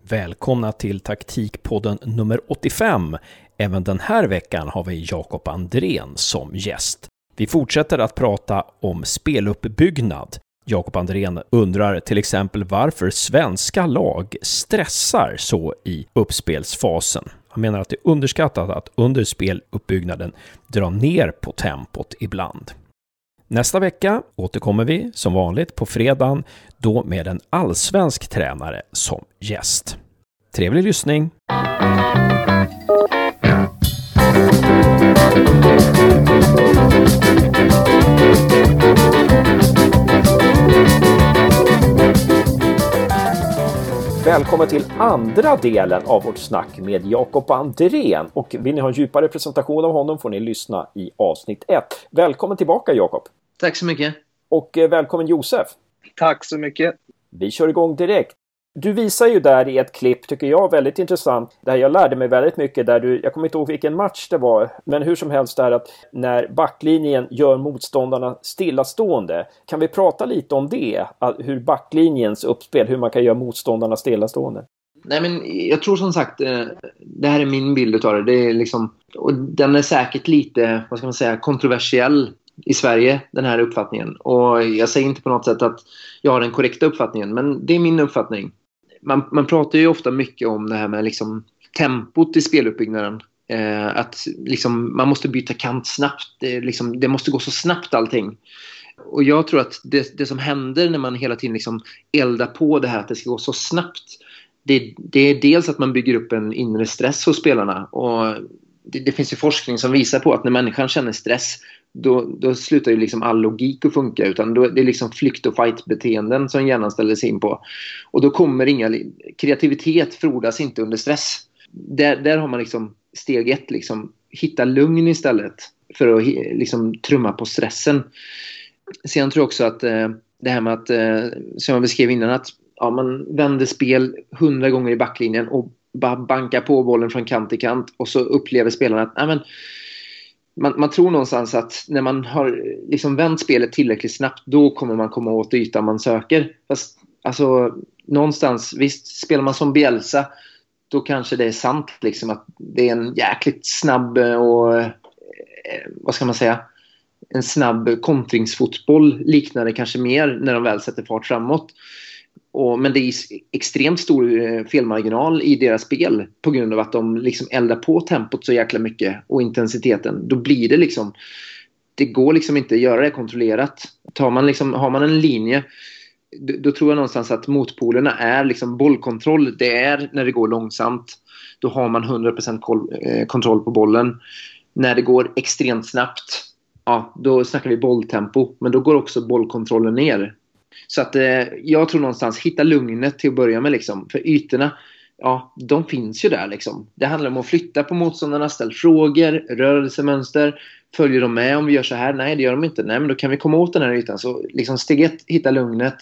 Välkomna till taktikpodden nummer 85. Även den här veckan har vi Jakob Andrén som gäst. Vi fortsätter att prata om speluppbyggnad. Jakob Andrén undrar till exempel varför svenska lag stressar så i uppspelsfasen. Han menar att det är underskattat att under speluppbyggnaden dra ner på tempot ibland. Nästa vecka återkommer vi som vanligt på fredagen, då med en allsvensk tränare som gäst. Trevlig lyssning! Välkommen till andra delen av vårt snack med Jakob Andrén. Och vill ni ha en djupare presentation av honom får ni lyssna i avsnitt 1. Välkommen tillbaka Jakob. Tack så mycket. Och välkommen Josef. Tack så mycket. Vi kör igång direkt. Du visar ju där i ett klipp, tycker jag, väldigt intressant. Där jag lärde mig väldigt mycket. Jag kommer inte ihåg vilken match det var. Men hur som helst är att när backlinjen gör motståndarna stillastående. Kan vi prata lite om det? Hur backlinjens uppspel, hur man kan göra motståndarna stillastående? Nej, men jag tror som sagt, det här är min bild av det. Det är liksom, och den är säkert lite, vad ska man säga, kontroversiell i Sverige, den här uppfattningen. Och jag säger inte på något sätt att jag har den korrekta uppfattningen, men det är min uppfattning. Man pratar ju ofta mycket om det här med liksom tempot i speluppbyggnaden. Att liksom, man måste byta kant snabbt. Det måste gå så snabbt allting. Och jag tror att det som händer när man hela tiden liksom eldar på det här att det ska gå så snabbt. Det är dels att man bygger upp en inre stress hos spelarna. Och det finns ju forskning som visar på att när människan känner stress då slutar ju liksom all logik att funka, utan då det är liksom flykt- och fight-beteenden som hjärnan ställer sig in på. Och då kommer kreativitet frodas inte under stress. Där har man liksom steg 1, liksom hitta lugn istället för att liksom trumma på stressen. Sen tror jag också att det här med att, som jag beskrev innan, att man vänder spel 100 gånger i backlinjen och bara bankar på bollen från kant till kant, och så upplever spelarna att man tror någonstans att när man har liksom vänt spelet tillräckligt snabbt, då kommer man komma åt ytan man söker. Fast alltså, någonstans, visst, spelar man som Bielsa, då kanske det är sant liksom, att det är en jäkligt snabb och vad ska man säga, en snabb kontringsfotboll liknar det kanske mer när de väl sätter fart framåt. Men det är extremt stor felmarginal i deras spel på grund av att de liksom eldar på tempot så jäkla mycket och intensiteten. Då blir det liksom, det går liksom inte att göra det kontrollerat. Har man en linje, då tror jag någonstans att motpolerna är liksom bollkontroll. Det är när det går långsamt, då har man 100% kontroll på bollen. När det går extremt snabbt, då snackar vi bolltempo, men då går också bollkontrollen ner. Så att jag tror någonstans hitta lugnet till att börja med liksom. För ytorna, de finns ju där liksom. Det handlar om att flytta på motståndarna, ställa frågor, rörelsemönster. Följer de med om vi gör så här? Nej, det gör de inte. Nej, men då kan vi komma åt den här ytan. Så liksom steg 1, hitta lugnet.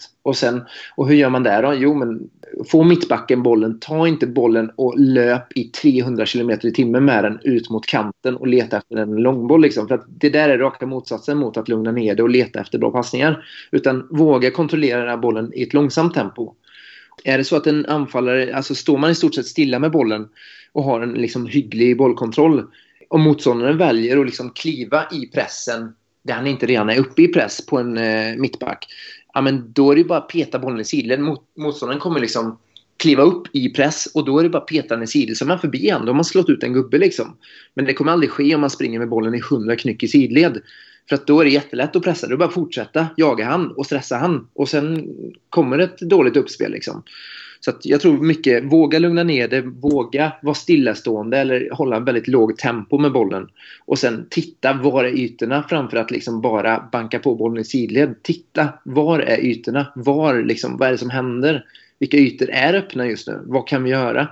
Och hur gör man där då? Jo, men få mittbacken bollen. Ta inte bollen och löp i 300 km i timmen med den ut mot kanten och leta efter en långboll liksom. För att det där är raka motsatsen mot att lugna ner det och leta efter bra passningar. Utan våga kontrollera den här bollen i ett långsamt tempo. Är det så att en anfallare, alltså står man i stort sett stilla med bollen och har en liksom hygglig bollkontroll, och motståndaren väljer att liksom kliva i pressen där han inte redan är uppe i press på en mittback, men då är det bara att peta bollen i sidled. Motståndaren kommer liksom kliva upp i press, och då är det bara peta den i sidled, så man förbi han. Då har man slått ut en gubbe liksom. Men det kommer aldrig ske om man springer med bollen i 100 knyck i sidled. För att då är det jättelätt att pressa. Det är bara att fortsätta jaga han och stressa han, och sen kommer ett dåligt uppspel liksom. Så att jag tror mycket, våga lugna ner det, våga vara stillastående eller hålla en väldigt låg tempo med bollen. Och sen titta, var är ytorna, framför att liksom bara banka på bollen i sidled. Titta, var är ytorna? Vad är det som händer? Vilka ytor är öppna just nu? Vad kan vi göra?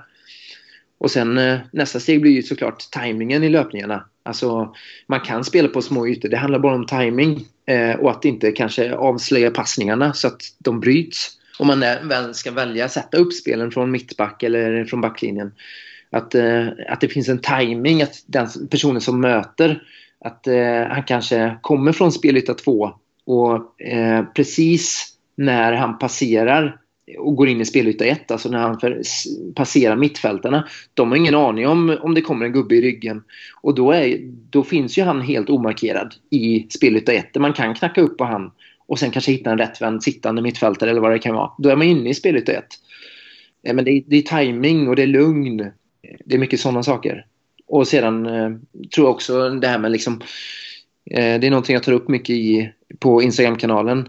Och sen nästa steg blir ju såklart tajmingen i löpningarna. Alltså man kan spela på små ytor. Det handlar bara om timing och att inte kanske avslöja passningarna så att de bryts. Om man väl ska välja att sätta upp spelen från mittback eller från backlinjen. Att det finns en timing, att den personen som möter, att han kanske kommer från spelyta 2 och precis när han passerar och går in i spelyta 1, alltså när han passerar mittfältarna, de har ingen aning om det kommer en gubbe i ryggen. Och då finns ju han helt omarkerad i spelyta 1, där man kan knacka upp på han och sen kanske hitta en rättvänd sittande mittfältare eller vad det kan vara. Då är man inne i spelyta 1. Men det är timing och det är lugn. Det är mycket sådana saker. Och sedan tror jag också det här med liksom, det är någonting jag tar upp mycket på Instagram-kanalen,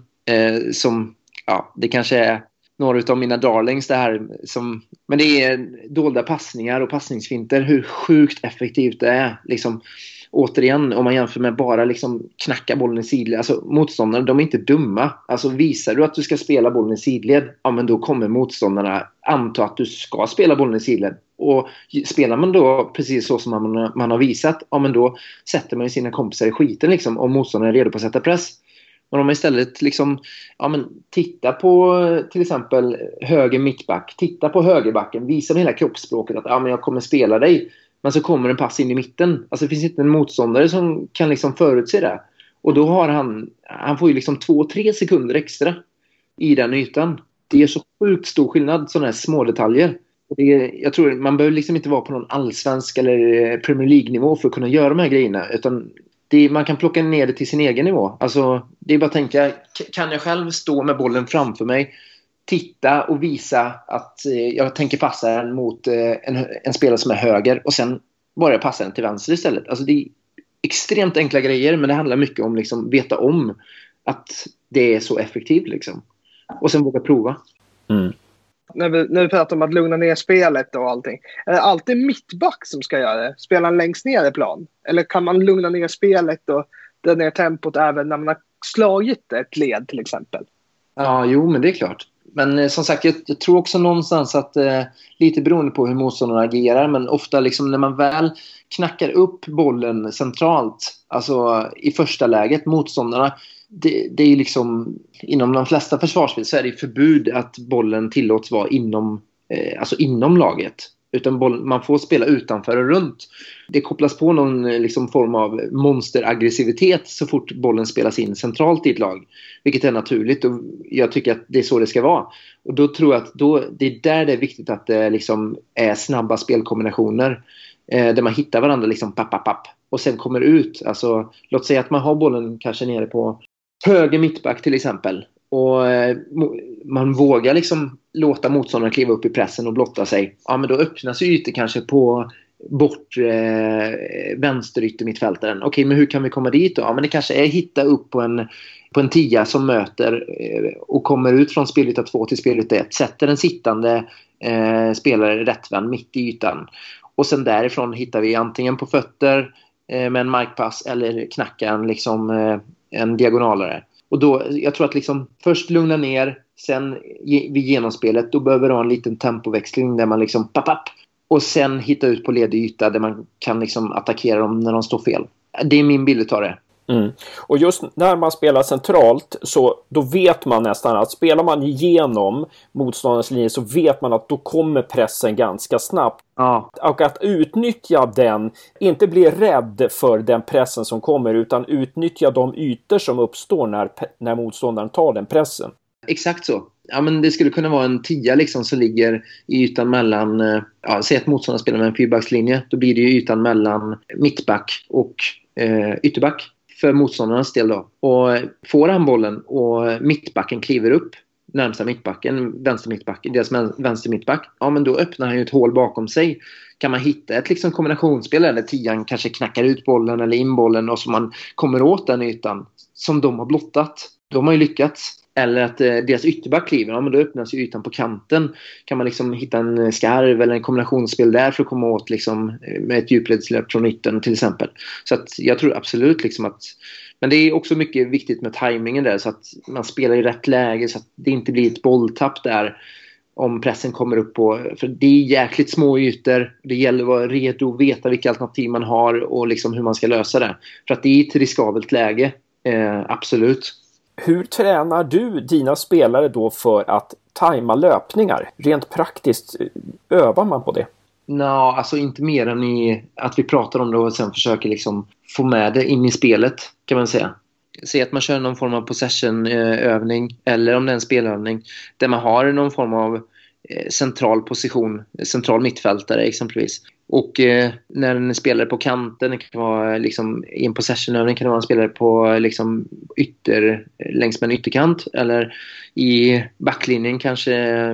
som, ja, det kanske är några av mina darlings det här, men det är dolda passningar och passningsfinter, hur sjukt effektivt det är liksom. Återigen, om man jämför med bara liksom knacka bollen i sidled, alltså motståndarna, de är inte dumma. Alltså visar du att du ska spela bollen i sidled, ja men då kommer motståndarna anta att du ska spela bollen i sidled. Och spelar man då precis så som man har visat, ja men då sätter man ju sina kompisar i skiten liksom, om motståndaren är redo på att sätta press. Men om man istället liksom, ja men titta på till exempel höger mittback, titta på högerbacken, visa med hela kroppsspråket att ja men jag kommer spela dig. Men så kommer en pass in i mitten. Alltså det finns inte en motståndare som kan liksom förutse det. Och då har han får ju liksom 2-3 sekunder extra i den ytan. Det är så sjukt stor skillnad, sådana här små detaljer. Jag tror man behöver liksom inte vara på någon allsvensk eller Premier League-nivå för att kunna göra de här grejerna. Utan man kan plocka ner det till sin egen nivå. Alltså det är bara att tänka, kan jag själv stå med bollen framför mig, titta och visa att jag tänker passa den mot en spelare som är höger och sen bara passa den till vänster istället. Alltså det är extremt enkla grejer, men det handlar mycket om liksom veta om att det är så effektivt liksom. Och sen våga prova. Mm. När vi pratar om att lugna ner spelet och allting, är det alltid mittback som ska göra det? Spelar han längst ner i plan? Eller kan man lugna ner spelet och dra ner tempot även när man har slagit ett led till exempel? Ja, jo, men det är klart. Men som sagt, jag tror också någonstans att lite beroende på hur motståndarna agerar, men ofta liksom när man väl knackar upp bollen centralt, alltså i första läget, motståndarna, det är liksom inom de flesta försvarsspel så är det förbud att bollen tillåts vara inom laget. Utan man får spela utanför och runt. Det kopplas på någon liksom form av monsteraggressivitet så fort bollen spelas in centralt i ett lag. Vilket är naturligt och jag tycker att det är så det ska vara. Och då tror jag att det är där det är viktigt att det liksom är snabba spelkombinationer. Där man hittar varandra liksom papp. Och sen kommer ut. Alltså, låt säga att man har bollen kanske nere på höger mittback till exempel. Och man vågar liksom låta motståndaren kliva upp i pressen och blotta sig. Ja, men då öppnas ju ytor kanske på vänsterytter mittfältaren. Okej, men hur kan vi komma dit då? Ja, men det kanske är hitta upp på en 10 som möter och kommer ut från spelyta 2 till spelyta 1. Sätter en sittande spelare rättvänd mitt i ytan. Och sen därifrån hittar vi antingen på fötter med en markpass eller knacka en diagonalare. Och då, jag tror att liksom först lugna ner, sen vid genomspelet, då behöver du ha en liten tempoväxling där man liksom papp och sen hitta ut på ledig yta där man kan liksom attackera dem när de står fel. Det är min bild av det. Mm. Och just när man spelar centralt så då vet man nästan att spelar man igenom motståndarens linje så vet man att då kommer pressen ganska snabbt. Ja. Och att utnyttja den, inte bli rädd för den pressen som kommer utan utnyttja de ytor som uppstår när motståndaren tar den pressen. Exakt så. Ja, men det skulle kunna vara en 10 liksom som ligger i ytan mellan, säg att motståndaren spelar med en 4-backslinje, då blir det ju ytan mellan mittback och ytterback för motståndarnas del då. Och får han bollen och mittbacken kliver upp närmsta mittbacken, deras vänster mittback, ja men då öppnar han ju ett hål bakom sig. Kan man hitta ett liksom kombinationsspel där 10 kanske knackar ut bollen eller in bollen och så man kommer åt den ytan som de har blottat, då har man ju lyckats. Eller att deras ytterback kliver, ja men då öppnas ju ytan på kanten. Kan man liksom hitta en skarv eller en kombinationsspel där för att komma åt liksom med ett djupledslöp från ytten till exempel. Så att jag tror absolut liksom att, men det är också mycket viktigt med tajmingen där så att man spelar i rätt läge så att det inte blir ett bolltapp där om pressen kommer upp på, för det är jäkligt små ytor. Det gäller att vara redo och veta vilka alternativ man har och liksom hur man ska lösa det. För att det är ett riskabelt läge, absolut. Hur tränar du dina spelare då för att tajma löpningar? Rent praktiskt, övar man på det? Nej, alltså inte mer än att vi pratar om det och sen försöker liksom få med det in i spelet kan man säga. säg att man kör någon form av possession-övning eller om det är en spelövning där man har någon form av central position, central mittfältare exempelvis. Och när en spelare på kanten, det kan vara liksom, i en possession-övning kan det vara en spelare på liksom, längs med en ytterkant, eller i backlinjen kanske,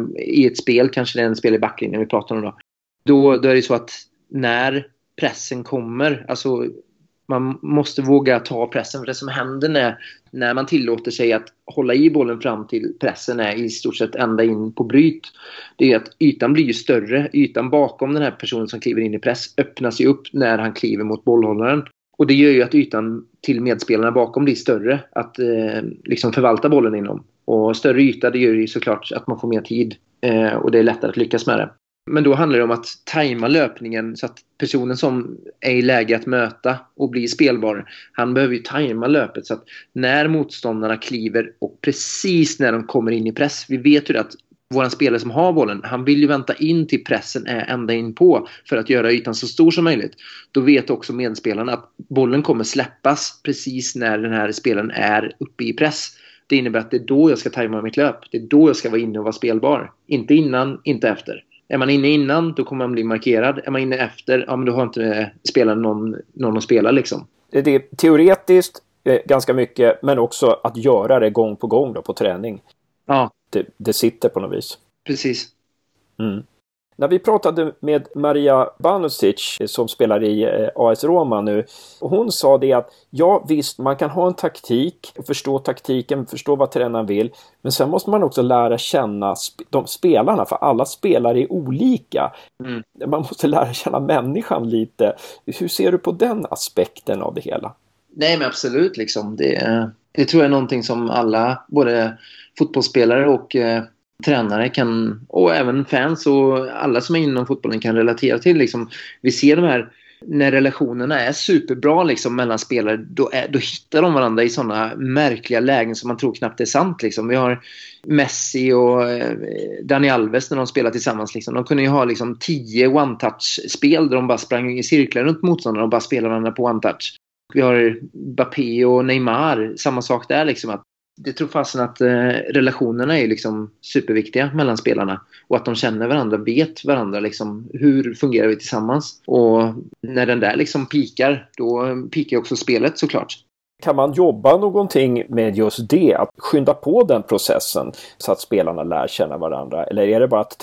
i ett spel kanske det är en spel i backlinjen vi pratar om då är det så att när pressen kommer, alltså man måste våga ta pressen, för det som händer när man tillåter sig att hålla i bollen fram till pressen är i stort sett ända in på bryt. Det är att ytan blir ju större. Ytan bakom den här personen som kliver in i press öppnas ju upp när han kliver mot bollhållaren. Och det gör ju att ytan till medspelarna bakom blir större att liksom förvalta bollen inom. Och större yta, det gör ju såklart att man får mer tid och det är lättare att lyckas med det. Men då handlar det om att tajma löpningen så att personen som är i läge att möta och bli spelbar, han behöver ju tajma löpet så att när motståndarna kliver och precis när de kommer in i press, vi vet ju att våran spelare som har bollen, han vill ju vänta in till pressen är ända in på för att göra ytan så stor som möjligt. Då vet också medspelarna att bollen kommer släppas precis när den här spelaren är uppe i press. Det innebär att det är då jag ska tajma mitt löp. Det är då jag ska vara inne och vara spelbar. Inte innan, inte efter. Är man inne innan, då kommer man bli markerad. Är man inne efter, ja men då har inte spelaren någon att spela liksom. Det är teoretiskt ganska mycket, men också att göra det gång på gång då, på träning. Ja. Det sitter på något vis. Precis. Mm. När vi pratade med Maria Banusic som spelar i AS Roma nu, och hon sa det att ja visst, man kan ha en taktik och förstå taktiken, förstå vad tränaren vill, men sen måste man också lära känna de spelarna, för alla spelare är olika. Mm. Man måste lära känna människan lite. Hur ser du på den aspekten av det hela? Nej men absolut liksom. Det tror jag är någonting som alla, både fotbollsspelare och tränare kan, och även fans och alla som är inom fotbollen kan relatera till liksom. Vi ser de här, när relationerna är superbra liksom mellan spelare, då hittar de varandra i sådana märkliga lägen som man tror knappt är sant liksom. Vi har Messi och Dani Alves när de spelar tillsammans liksom. De kunde ju ha liksom 10 one-touch-spel där de bara sprang i cirklar runt motståndarna och bara spelade varandra på one-touch. Vi har Mbappé och Neymar, samma sak där liksom, att det tror fasen att relationerna är liksom superviktiga mellan spelarna och att de känner varandra, vet varandra liksom, hur fungerar vi tillsammans, och när den där liksom pikar, då pikar också spelet såklart. Kan man jobba någonting med just det, att skynda på den processen så att spelarna lär känna varandra, eller är det bara att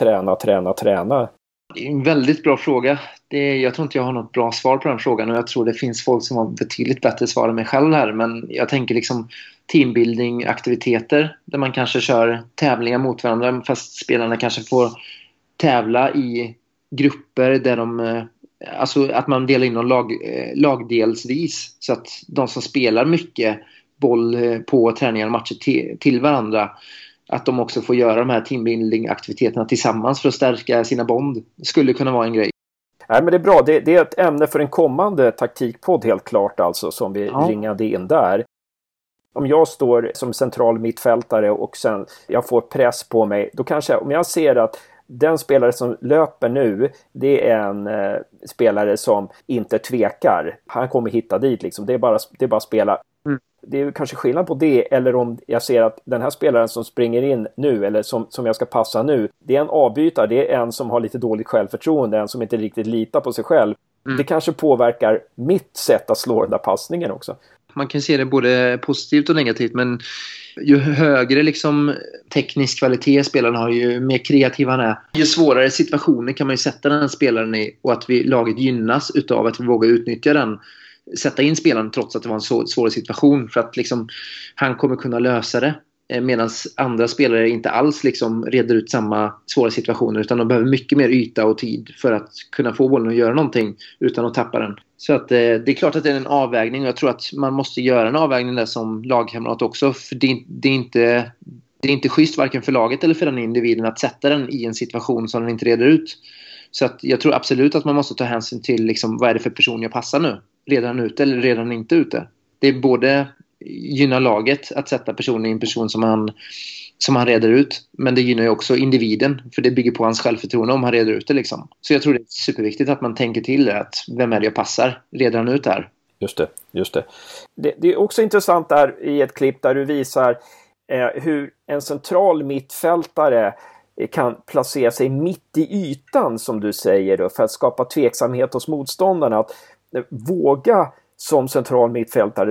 träna? Det är en väldigt bra fråga. Jag tror inte jag har något bra svar på den frågan, och jag tror det finns folk som har betydligt bättre svar än mig själv här, men jag tänker liksom teambuilding, aktiviteter där man kanske kör tävlingar mot varandra fast spelarna kanske får tävla i grupper där alltså att man delar in dem lagdelsvis, så att de som spelar mycket boll på träningar och matcher till varandra, att de också får göra de här teambuilding-aktiviteterna tillsammans för att stärka sina bond. Det skulle kunna vara en grej. Nej, men det är bra. Det är ett ämne för en kommande taktikpodd helt klart alltså, som vi ringade in där. Om jag står som central mittfältare och sen jag får press på mig, då kanske, om jag ser att den spelare som löper nu, det är en spelare som inte tvekar. Han kommer hitta dit liksom. Det är bara spela. Mm. Det är kanske skillnad på det, eller om jag ser att den här spelaren som springer in nu, eller som jag ska passa nu, det är en avbytare, det är en som har lite dåligt självförtroende, en som inte riktigt litar på sig själv. Det kanske påverkar mitt sätt att slå den där passningen också. Man kan se det både positivt och negativt, men ju högre liksom teknisk kvalitet spelaren har, ju mer kreativ han är, ju svårare situationer kan man ju sätta den spelaren i, och att laget gynnas utav att vi vågar utnyttja den, sätta in spelaren trots att det var en så svår situation, för att liksom han kommer kunna lösa det, medan andra spelare inte alls liksom reder ut samma svåra situationer, utan de behöver mycket mer yta och tid för att kunna få bollen att göra någonting utan att tappa den. Så att det är klart att det är en avvägning, och jag tror att man måste göra en avvägning där som lagkamrat också, för det är inte schysst varken för laget eller för den individen att sätta den i en situation som den inte reder ut. Så att jag tror absolut att man måste ta hänsyn till liksom, vad är det för person jag passar nu? Redan ute eller redan inte ute? Det är både gynnar laget att sätta personen i en person som han reder ut, men det gynnar ju också individen, för det bygger på hans självförtroende om han reder ut det liksom. Så jag tror det är superviktigt att man tänker till att vem är det jag passar redan ut här? Just det. Det är också intressant där i ett klipp där du visar hur en central mittfältare kan placera sig mitt i ytan, som du säger då, för att skapa tveksamhet hos motståndarna. Att våga som central mittfältare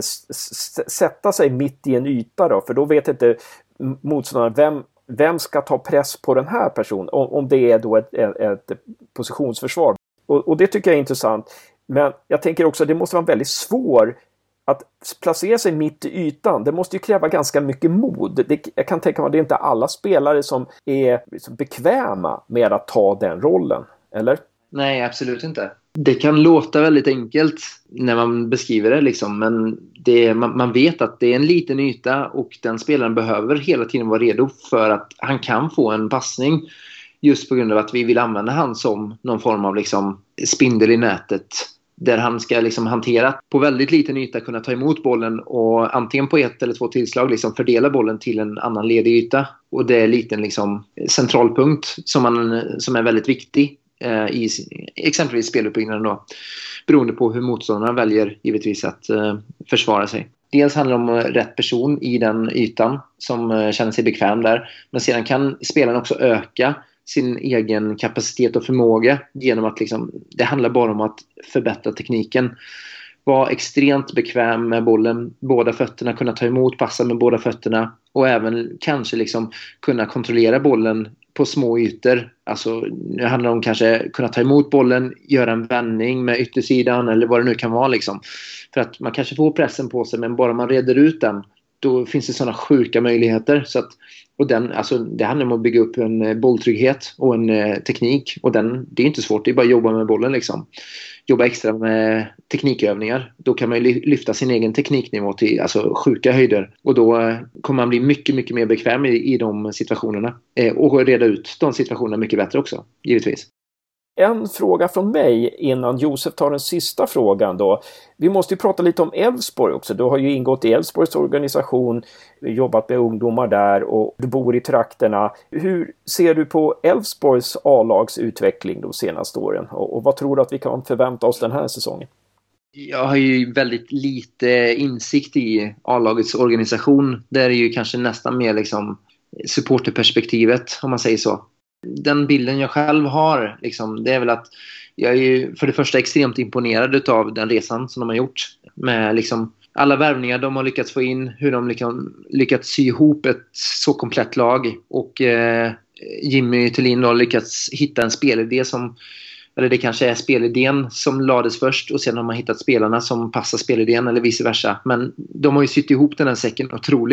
sätta sig mitt i en yta då, för då vet inte motståndaren vem ska ta press på den här personen, om det är då ett positionsförsvar. Och det tycker jag är intressant. Men jag tänker också att det måste vara väldigt svårt att placera sig mitt i ytan. Det måste ju kräva ganska mycket mod. Jag kan tänka mig att det är inte alla spelare som är bekväma med att ta den rollen, eller? Nej, absolut inte. Det kan låta väldigt enkelt när man beskriver det liksom, men man vet att det är en liten yta och den spelaren behöver hela tiden vara redo för att han kan få en passning, just på grund av att vi vill använda han som någon form av liksom spindel i nätet, där han ska liksom hantera på väldigt liten yta, kunna ta emot bollen och antingen på 1 eller 2 tillslag liksom fördela bollen till en annan ledig yta. Och det är en liten liksom centralpunkt som är väldigt viktig i exempelvis speluppbyggnaden då, beroende på hur motståndarna väljer givetvis att försvara sig. Dels handlar det om rätt person i den ytan som känner sig bekväm där, men sedan kan spelaren också öka sin egen kapacitet och förmåga genom att liksom, det handlar bara om att förbättra tekniken. Vara extremt bekväm med bollen, båda fötterna, kunna ta emot, passa med båda fötterna och även kanske liksom kunna kontrollera bollen på små ytor. Alltså det handlar om kanske kunna ta emot bollen, göra en vändning med yttersidan eller vad det nu kan vara liksom. För att man kanske får pressen på sig, men bara man reder ut den, då finns det sådana sjuka möjligheter. Så att, och det handlar om att bygga upp en bolltrygghet och en teknik. Och det är inte svårt, det är bara att jobba med bollen liksom. Jobba extra med teknikövningar. Då kan man ju lyfta sin egen tekniknivå till alltså sjuka höjder. Och då kommer man bli mycket, mycket mer bekväm i de situationerna. Och reda ut de situationerna mycket bättre också, givetvis. En fråga från mig innan Josef tar den sista frågan då. Vi måste ju prata lite om Elfsborg också. Du har ju ingått i Elfsborgs organisation, jobbat med ungdomar där och du bor i trakterna. Hur ser du på Elfsborgs A-lags utveckling de senaste åren? Och vad tror du att vi kan förvänta oss den här säsongen? Jag har ju väldigt lite insikt i A-lagets organisation. Där är ju kanske nästan mer liksom supporterperspektivet, om man säger så. Den bilden jag själv har liksom, det är väl att jag är ju för det första extremt imponerad av den resan som de har gjort med liksom alla värvningar de har lyckats få in, hur de lyckats sy ihop ett så komplett lag och Jimmy Thelin har lyckats hitta en spelidé som, eller det kanske är spelidén som lades först och sen har man hittat spelarna som passar spelidén eller vice versa, men de har ju sytt ihop den här säcken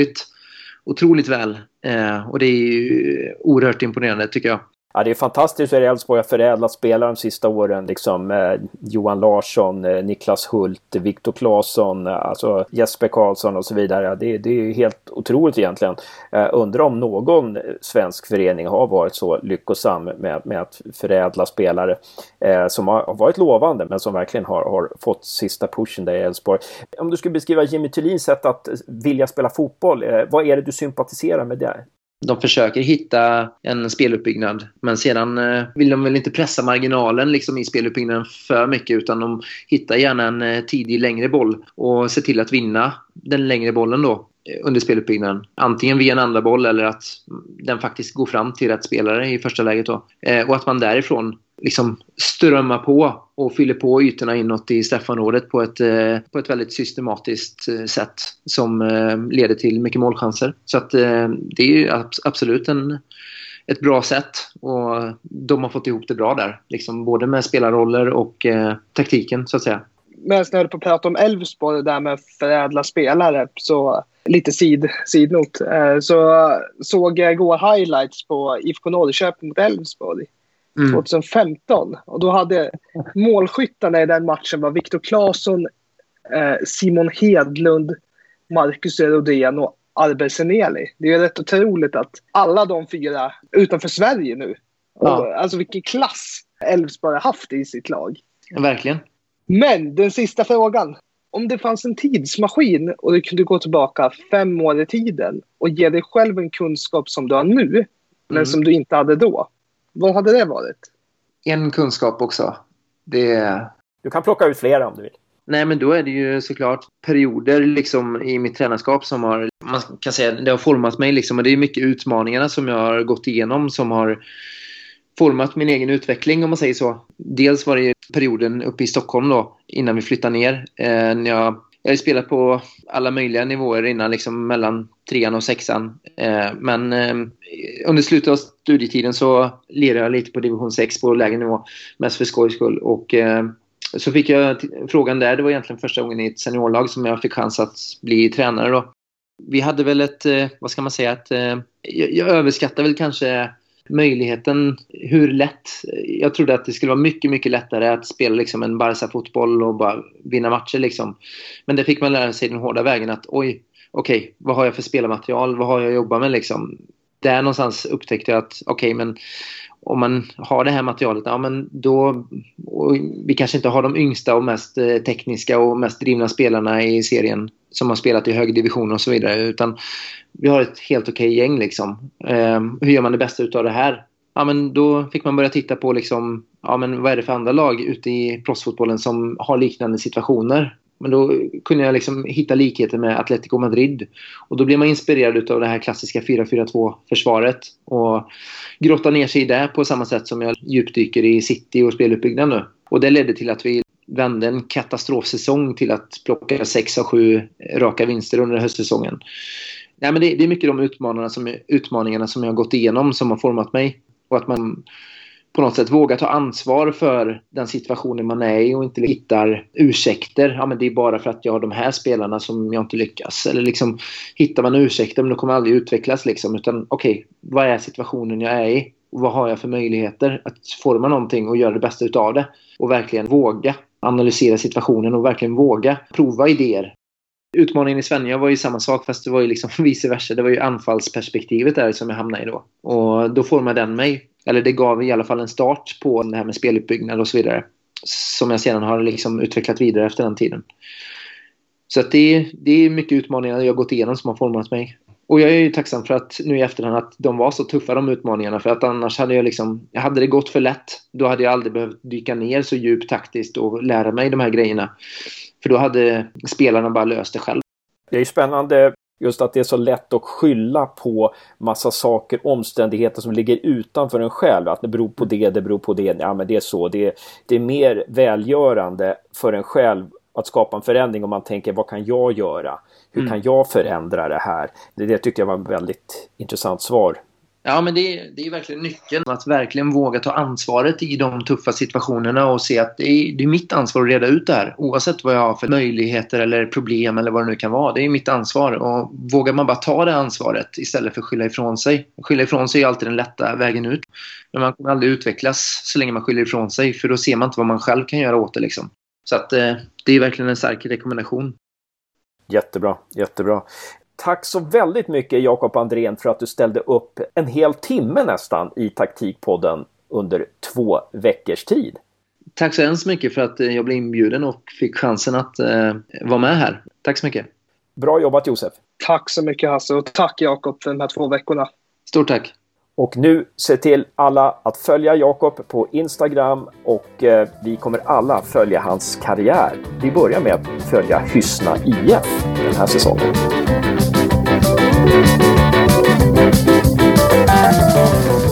otroligt väl. Och det är ju oerhört imponerande tycker jag. Ja, det är fantastiskt hur Elfsborg har förädlat spelare de sista åren. Liksom, Johan Larsson, Niklas Hult, Viktor Claesson, alltså Jesper Karlsson och så vidare. Det är ju helt otroligt egentligen. Undrar om någon svensk förening har varit så lyckosam med att förädla spelare som har varit lovande men som verkligen har fått sista pushen där i Elfsborg. Om du skulle beskriva Jimmy Thelins sätt att vilja spela fotboll, vad är det du sympatiserar med där? De försöker hitta en speluppbyggnad, men sedan vill de väl inte pressa marginalen liksom i speluppbyggnaden för mycket, utan de hittar gärna en tidig längre boll och ser till att vinna den längre bollen då under speluppbyggnaden. Antingen via en andra boll eller att den faktiskt går fram till rätt spelare i första läget då. Och att man därifrån liksom strömmar på och fyller på ytorna inåt i straffområdet på ett väldigt systematiskt sätt som leder till mycket målchanser. Så att det är ju absolut ett bra sätt och de har fått ihop det bra där. Liksom både med spelarroller och taktiken så att säga. Men när du på prata om Elfsborg där med förädla spelare, så lite sidnot, så såg jag igår highlights på IFK Norrköping mot Elfsborg 2015. Och då hade målskyttarna i den matchen var Viktor Claesson, Simon Hedlund, Marcus Rodén och Arber Seneli. Det är rätt otroligt att alla de 4 utanför Sverige nu. Ja. Alltså vilken klass Elfsborg har haft i sitt lag. Verkligen. Men den sista frågan. Om det fanns en tidsmaskin och du kunde gå tillbaka 5 år i tiden och ge dig själv en kunskap som du har nu, men som du inte hade då. Vad hade det varit? En kunskap också. Du kan plocka ut flera om du vill. Nej, men då är det ju såklart perioder liksom i mitt tränarskap som har, man kan säga, det har format mig liksom, och det är mycket utmaningarna som jag har gått igenom som har format min egen utveckling, om man säger så. Dels var det perioden uppe i Stockholm då, innan vi flyttade ner. Jag har spelat på alla möjliga nivåer innan, liksom mellan 3:an och 6:an. Men under slutet av studietiden så lirade jag lite på division 6 på lägre nivå, mest för skojs skull. Och så fick jag frågan där, det var egentligen första gången i ett seniorlag som jag fick chans att bli tränare då. Vi hade väl vad ska man säga, jag överskattar väl kanske möjligheten, hur lätt. Jag trodde att det skulle vara mycket, mycket lättare att spela liksom en Barca-fotboll och bara vinna matcher liksom. Men det fick man lära sig den hårda vägen att okej, vad har jag för spelarmaterial? Vad har jag att jobba med liksom? Där någonstans upptäckte jag att men om man har det här materialet, ja men då, och vi kanske inte har de yngsta och mest tekniska och mest drivna spelarna i serien som har spelat i hög division och så vidare, utan vi har ett helt okej gäng liksom. Hur gör man det bästa utav det här? Ja, men då fick man börja titta på liksom, ja men vad är det för andra lag ute i proffsfotbollen som har liknande situationer? Men då kunde jag liksom hitta likheter med Atletico Madrid. Och då blev man inspirerad av det här klassiska 4-4-2-försvaret. Och grotta ner sig i det på samma sätt som jag djupdyker i City och speluppbyggnad nu. Och det ledde till att vi vände en katastrofsäsong till att plocka 6 av 7 raka vinster under höstsäsongen. Nej, men det är mycket de utmaningarna som jag har gått igenom som har format mig. Och att man på något sätt vågar ta ansvar för den situationen man är i och inte hittar ursäkter. Ja, men det är bara för att jag har de här spelarna som jag inte lyckas. Eller liksom, hittar man ursäkter, men då kommer aldrig utvecklas liksom. Utan vad är situationen jag är i? Och vad har jag för möjligheter att forma någonting och göra det bästa utav det? Och verkligen våga analysera situationen och verkligen våga prova idéer. Utmaningen i Svenja var ju samma sak, fast det var ju liksom vice versa. Det var ju anfallsperspektivet där som jag hamnade i då. Och då formade den mig. Eller det gav i alla fall en start på det här med speluppbyggnad och så vidare. Som jag sedan har liksom utvecklat vidare efter den tiden. Så att det är mycket utmaningar jag har gått igenom som har format mig. Och jag är ju tacksam för att nu i efterhand att de var så tuffa, de utmaningarna. För att annars hade hade det gått för lätt. Då hade jag aldrig behövt dyka ner så djupt taktiskt och lära mig de här grejerna. För då hade spelarna bara löst det själv. Det är ju spännande just att det är så lätt att skylla på massa saker, omständigheter som ligger utanför en själv. Att det beror på det beror på det. Ja, men det är så. Det är mer välgörande för en själv att skapa en förändring om man tänker, vad kan jag göra? Hur kan jag förändra det här? Det tyckte jag var ett väldigt intressant svar. Ja, men det är verkligen nyckeln. Att verkligen våga ta ansvaret i de tuffa situationerna och se att det är mitt ansvar att reda ut det här. Oavsett vad jag har för möjligheter eller problem eller vad det nu kan vara. Det är mitt ansvar. Och vågar man bara ta det ansvaret istället för att skylla ifrån sig. Skylla ifrån sig är alltid den lätta vägen ut. Men man kan aldrig utvecklas så länge man skyller ifrån sig. För då ser man inte vad man själv kan göra åt det liksom. Så att det är verkligen en stark rekommendation. Jättebra, jättebra. Tack så väldigt mycket Jakob Andrén för att du ställde upp en hel timme nästan i Taktikpodden under 2 veckors tid. Tack så hemskt mycket för att jag blev inbjuden och fick chansen att vara med här. Tack så mycket. Bra jobbat Josef. Tack så mycket Hasse och tack Jakob för de här 2 veckorna. Stort tack. Och nu se till alla att följa Jakob på Instagram och vi kommer alla följa hans karriär. Vi börjar med att följa Hyssna IF den här säsongen.